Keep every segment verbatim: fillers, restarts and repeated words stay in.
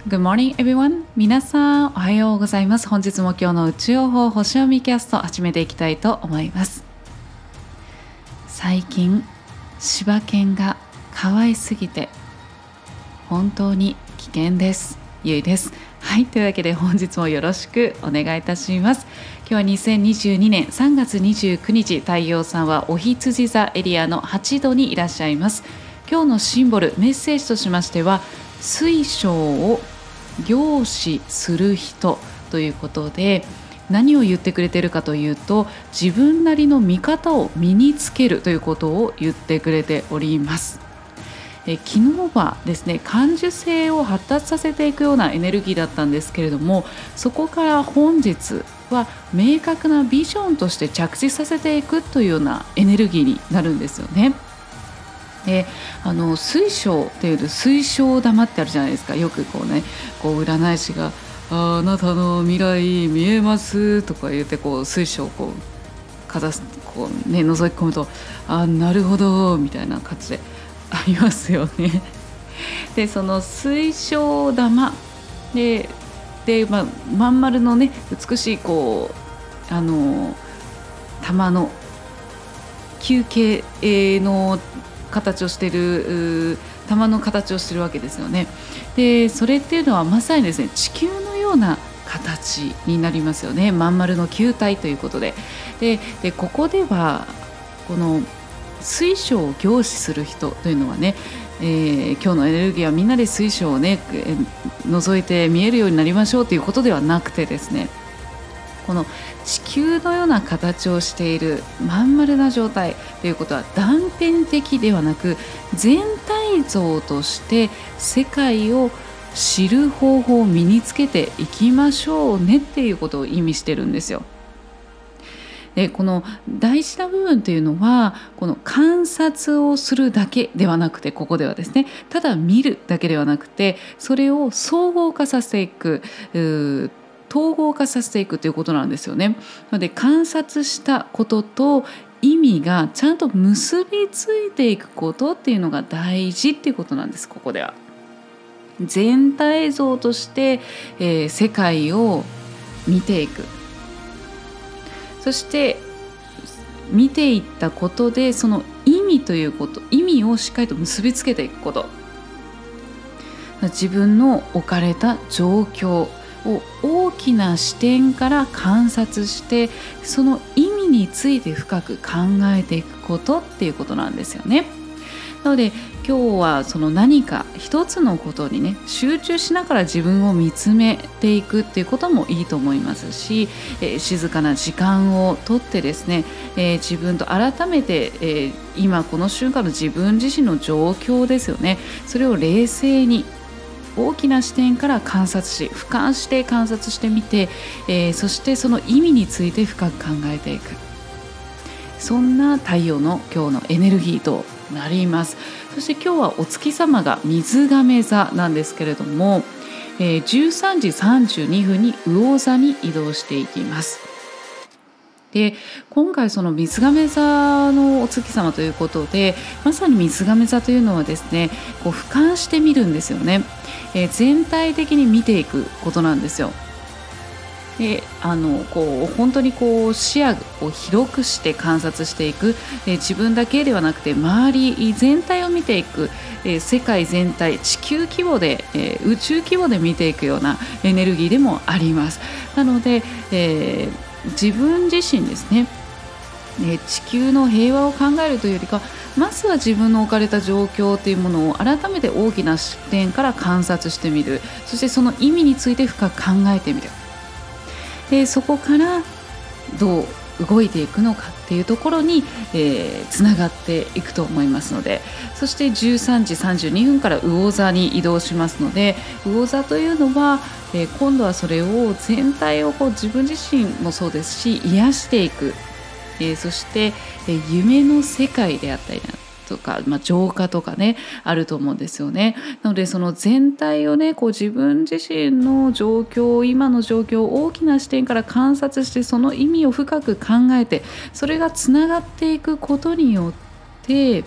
Good morning, everyone. 皆さん、おはようございます。本日も今日の宇宙予報星読みキャスト始めていきたいと思います。最近、柴犬が可愛すぎて本当に危険です。ゆいです。はい、というわけで本日もよろしくお願いいたします。今日はにせんにじゅうにねんさんがつにじゅうくにち、太陽さんはお羊座エリアのはちどにいらっしゃいます。今日のシンボル、メッセージとしましては、水晶を凝視する人ということで、何を言ってくれているかというと、自分なりの見方を身につけるということを言ってくれております。え昨日はですね、感受性を発達させていくようなエネルギーだったんですけれども、そこから本日は明確なビジョンとして着地させていくというようなエネルギーになるんですよね。であの水晶っていうと水晶玉ってあるじゃないですか。よくこうね、こう占い師が あ, あなたの未来見えますとか言ってこう水晶をこうかざすこう、ね、覗き込むと、あなるほどみたいな感じでありますよね。でその水晶玉でで、まあ、まん丸のね美しいこうあの玉の球形の形をしている玉の形をしているわけですよね。でそれっていうのはまさにですね、地球のような形になりますよね。まん丸の球体ということで、ででここではこの水晶を凝視する人というのはね、えー、今日のエネルギーはみんなで水晶をね、えー、覗いて見えるようになりましょうということではなくてですね、この地球のような形をしているまん丸な状態ということは断片的ではなく、全体像として世界を知る方法を身につけていきましょうねっていうことを意味してるんですよ。でこの大事な部分というのは、この観察をするだけではなくて、ここではですね、ただ見るだけではなくて、それを総合化させていく、統合化させていくということなんですよね。なので観察したことと意味がちゃんと結びついていくことっていうのが大事っていうことなんです。ここでは全体像として、えー、世界を見ていく。そして見ていったことで、その意味ということ、意味をしっかりと結びつけていくこと。自分の置かれた状況を大きな視点から観察して、その意味について深く考えていくことっていうことなんですよね。なので今日はその何か一つのことにね集中しながら自分を見つめていくっていうこともいいと思いますし、えー、静かな時間をとってですね、えー、自分と改めて、えー、今この瞬間の自分自身の状況ですよね、それを冷静に大きな視点から観察し、俯瞰して観察してみて、えー、そしてその意味について深く考えていく、そんな太陽の今日のエネルギーとなります。そして今日はお月様が水亀座なんですけれども、えー、じゅうさんじさんじゅうにふんに魚座に移動していきます。で今回その水亀座のお月様ということで、まさに水亀座というのはですね、こう俯瞰してみるんですよね。えー、全体的に見ていくことなんですよ。であのこう本当にこう視野を広くして観察していく、えー、自分だけではなくて周り全体を見ていく、えー、世界全体、地球規模で、えー、宇宙規模で見ていくようなエネルギーでもあります。なので、えー自分自身ですね、え地球の平和を考えるというよりか、まずは自分の置かれた状況というものを改めて大きな視点から観察してみる。そしてその意味について深く考えてみる。でそこからどう動いていくのかっていうところに、えー、つながっていくと思いますので、そしてじゅうさんじさんじゅうにふんから魚座に移動しますので、魚座というのは、えー、今度はそれを全体をこう自分自身もそうですし癒していく、えー、そして、えー、夢の世界であったりとか、まあ、浄化とかねあると思うんですよね。なのでその全体をねこう自分自身の状況、今の状況を大きな視点から観察して、その意味を深く考えて、それがつながっていくことによって、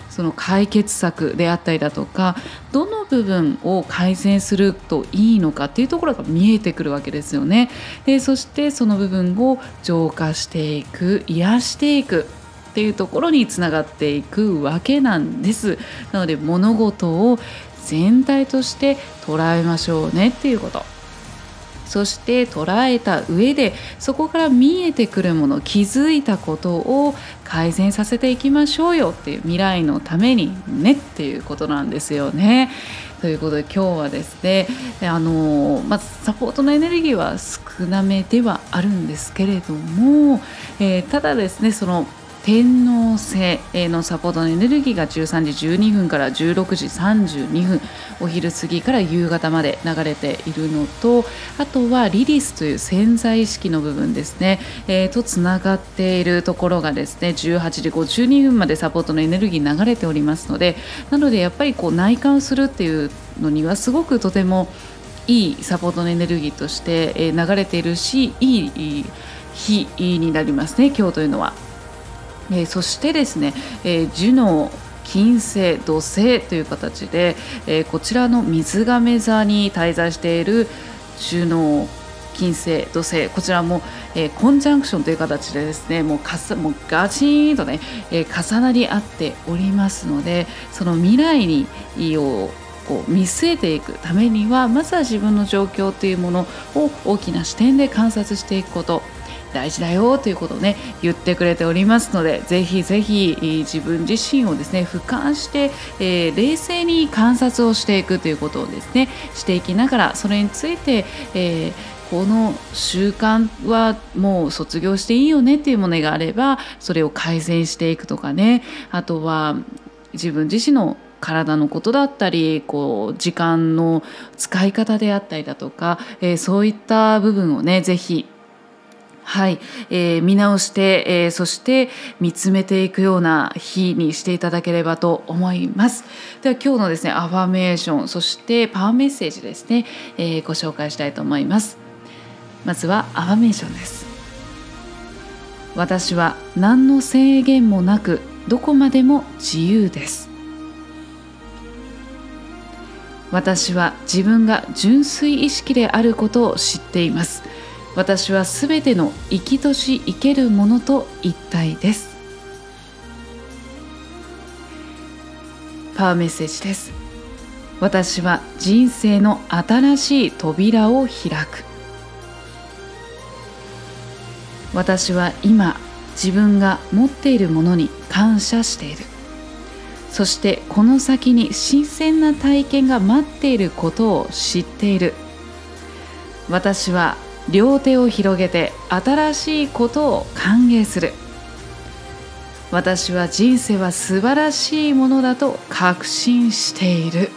その解決策であったりだとか、どの部分を改善するといいのかっていうところが見えてくるわけですよね。でそしてその部分を浄化していく、癒していくっていうところにつながっていくわけなんです。なので物事を全体として捉えましょうねっていうこと。そして捉えた上で、そこから見えてくるもの、気づいたことを改善させていきましょうよっていう、未来のためにねっていうことなんですよね。ということで今日はですね、あのまずサポートのエネルギーは少なめではあるんですけれども、えー、ただですね、その天王星のサポートのエネルギーがじゅうさんじじゅうにふんからじゅうろくじさんじゅうにふん、お昼過ぎから夕方まで流れているのと、あとはリリスという潜在意識の部分ですね、えー、とつながっているところがですね、じゅうはちじごじゅうにふんまでサポートのエネルギー流れておりますので、なのでやっぱりこう内観するっていうのにはすごくとてもいいサポートのエネルギーとして流れているし、いい日になりますね、今日というのは。えー、そしてですね、えー、ジュノー、金星、土星という形で、えー、こちらの水亀座に滞在しているジュノー、金星、土星、こちらも、えー、コンジャンクションという形でですね、もうかさもうガチーンとね、えー、重なり合っておりますので、その未来にをこう見据えていくためには、まずは自分の状況というものを大きな視点で観察していくこと大事だよということをね言ってくれておりますので、ぜひぜひ自分自身をですね俯瞰して、えー、冷静に観察をしていくということをですねしていきながら、それについて、えー、この習慣はもう卒業していいよねっていうものがあれば、それを改善していくとかね、あとは自分自身の体のことだったり、こう時間の使い方であったりだとか、えー、そういった部分をねぜひはい、えー、見直して、えー、そして見つめていくような日にしていただければと思います。では今日のですねアファメーション、そしてパワーメッセージですね、えー、ご紹介したいと思います。まずはアファメーションです。私は何の制限もなくどこまでも自由です。私は自分が純粋意識であることを知っています。私はすべての生きとし生けるものと一体です。パワーメッセージです。私は人生の新しい扉を開く。私は今自分が持っているものに感謝している。そしてこの先に新鮮な体験が待っていることを知っている。私は両手を広げて新しいことを歓迎する。私は人生は素晴らしいものだと確信している。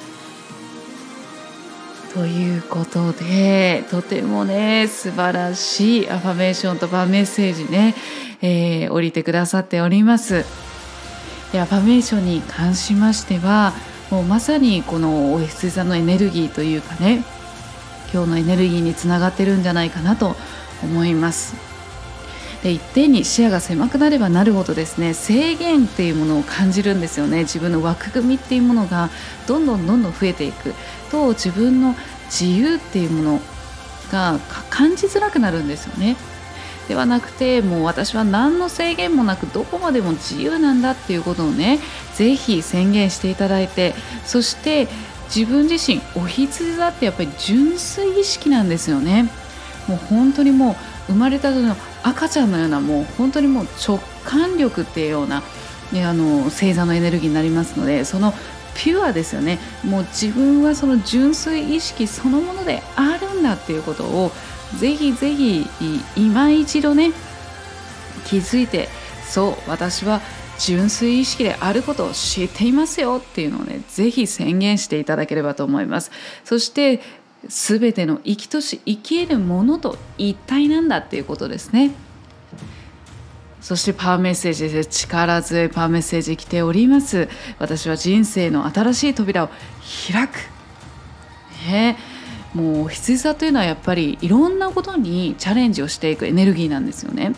ということで、とてもね素晴らしいアファメーションとパワーメッセージね、えー、降りてくださっております。でアファメーションに関しましては、もうまさにこのお羊座のエネルギーというかね、今日のエネルギーにつながってるんじゃないかなと思います。で一点に視野が狭くなればなるほどですね、制限っていうものを感じるんですよね。自分の枠組みっていうものがどんどんどんどん増えていくと、自分の自由っていうものが感じづらくなるんですよね。ではなくて、もう私は何の制限もなくどこまでも自由なんだっていうことをねぜひ宣言していただいて、そして自分自身お羊座ってやっぱり純粋意識なんですよね。もう本当にもう生まれた時の赤ちゃんのような、もう本当にもう直感力っていうような、ね、あの星座のエネルギーになりますので、そのピュアですよね。もう自分はその純粋意識そのものであるんだっていうことをぜひぜひ今一度ね気づいて、そう私は純粋意識であることを知っていますよっていうのをねぜひ宣言していただければと思います。そして全ての生きとし生き得るものと一体なんだっていうことですね。そしてパワーメッセージです。力強いパワーメッセージ来ております。私は人生の新しい扉を開く、ね、もう羊座というのはやっぱりいろんなことにチャレンジをしていくエネルギーなんですよね。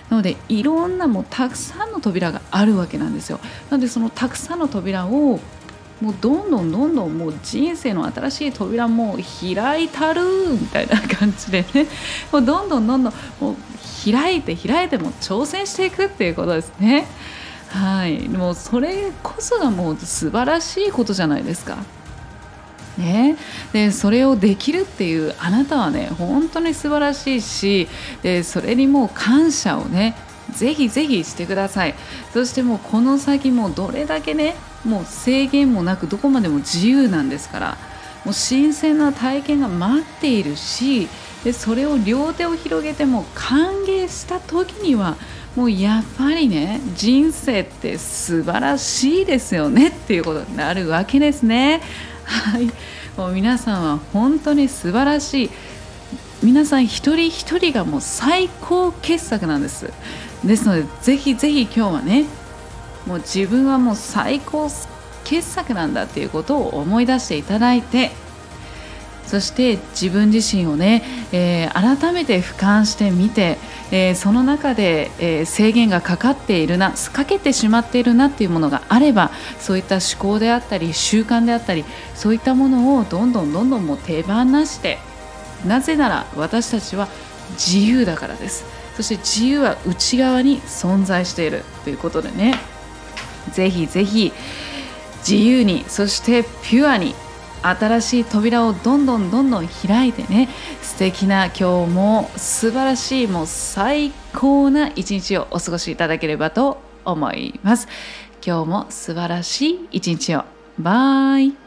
なのでいろんなもうたくさんの扉があるわけなんですよ。なのでそのたくさんの扉をもうどんどんどんどんもう人生の新しい扉もう開いたるみたいな感じでね、もうどんどんどんどんもう開いて開いても挑戦していくっていうことですね。はい、もうそれこそがもう素晴らしいことじゃないですか。ね、でそれをできるっていうあなたはね本当に素晴らしいし、でそれにもう感謝をねぜひぜひしてください。そしてもうこの先もどれだけねもう制限もなくどこまでも自由なんですから、もう新鮮な体験が待っているし、でそれを両手を広げても歓迎した時にはもうやっぱりね人生って素晴らしいですよねっていうことになるわけですね。はい、もう皆さんは本当に素晴らしい。皆さん一人一人がもう最高傑作なんです。ですのでぜひぜひ今日はねもう自分はもう最高傑作なんだっていうことを思い出していただいて、そして自分自身をね、えー、改めて俯瞰してみて、えー、その中で、えー、制限がかかっているなかけてしまっているなっていうものがあれば、そういった思考であったり習慣であったりそういったものをどんどんどんどんもう手放して、なぜなら私たちは自由だからです。そして自由は内側に存在しているということでね、ぜひぜひ自由にそしてピュアに新しい扉をどんどんどんどん開いてね、素敵な今日も素晴らしいもう最高な一日をお過ごしいただければと思います。今日も素晴らしい一日を。バイ。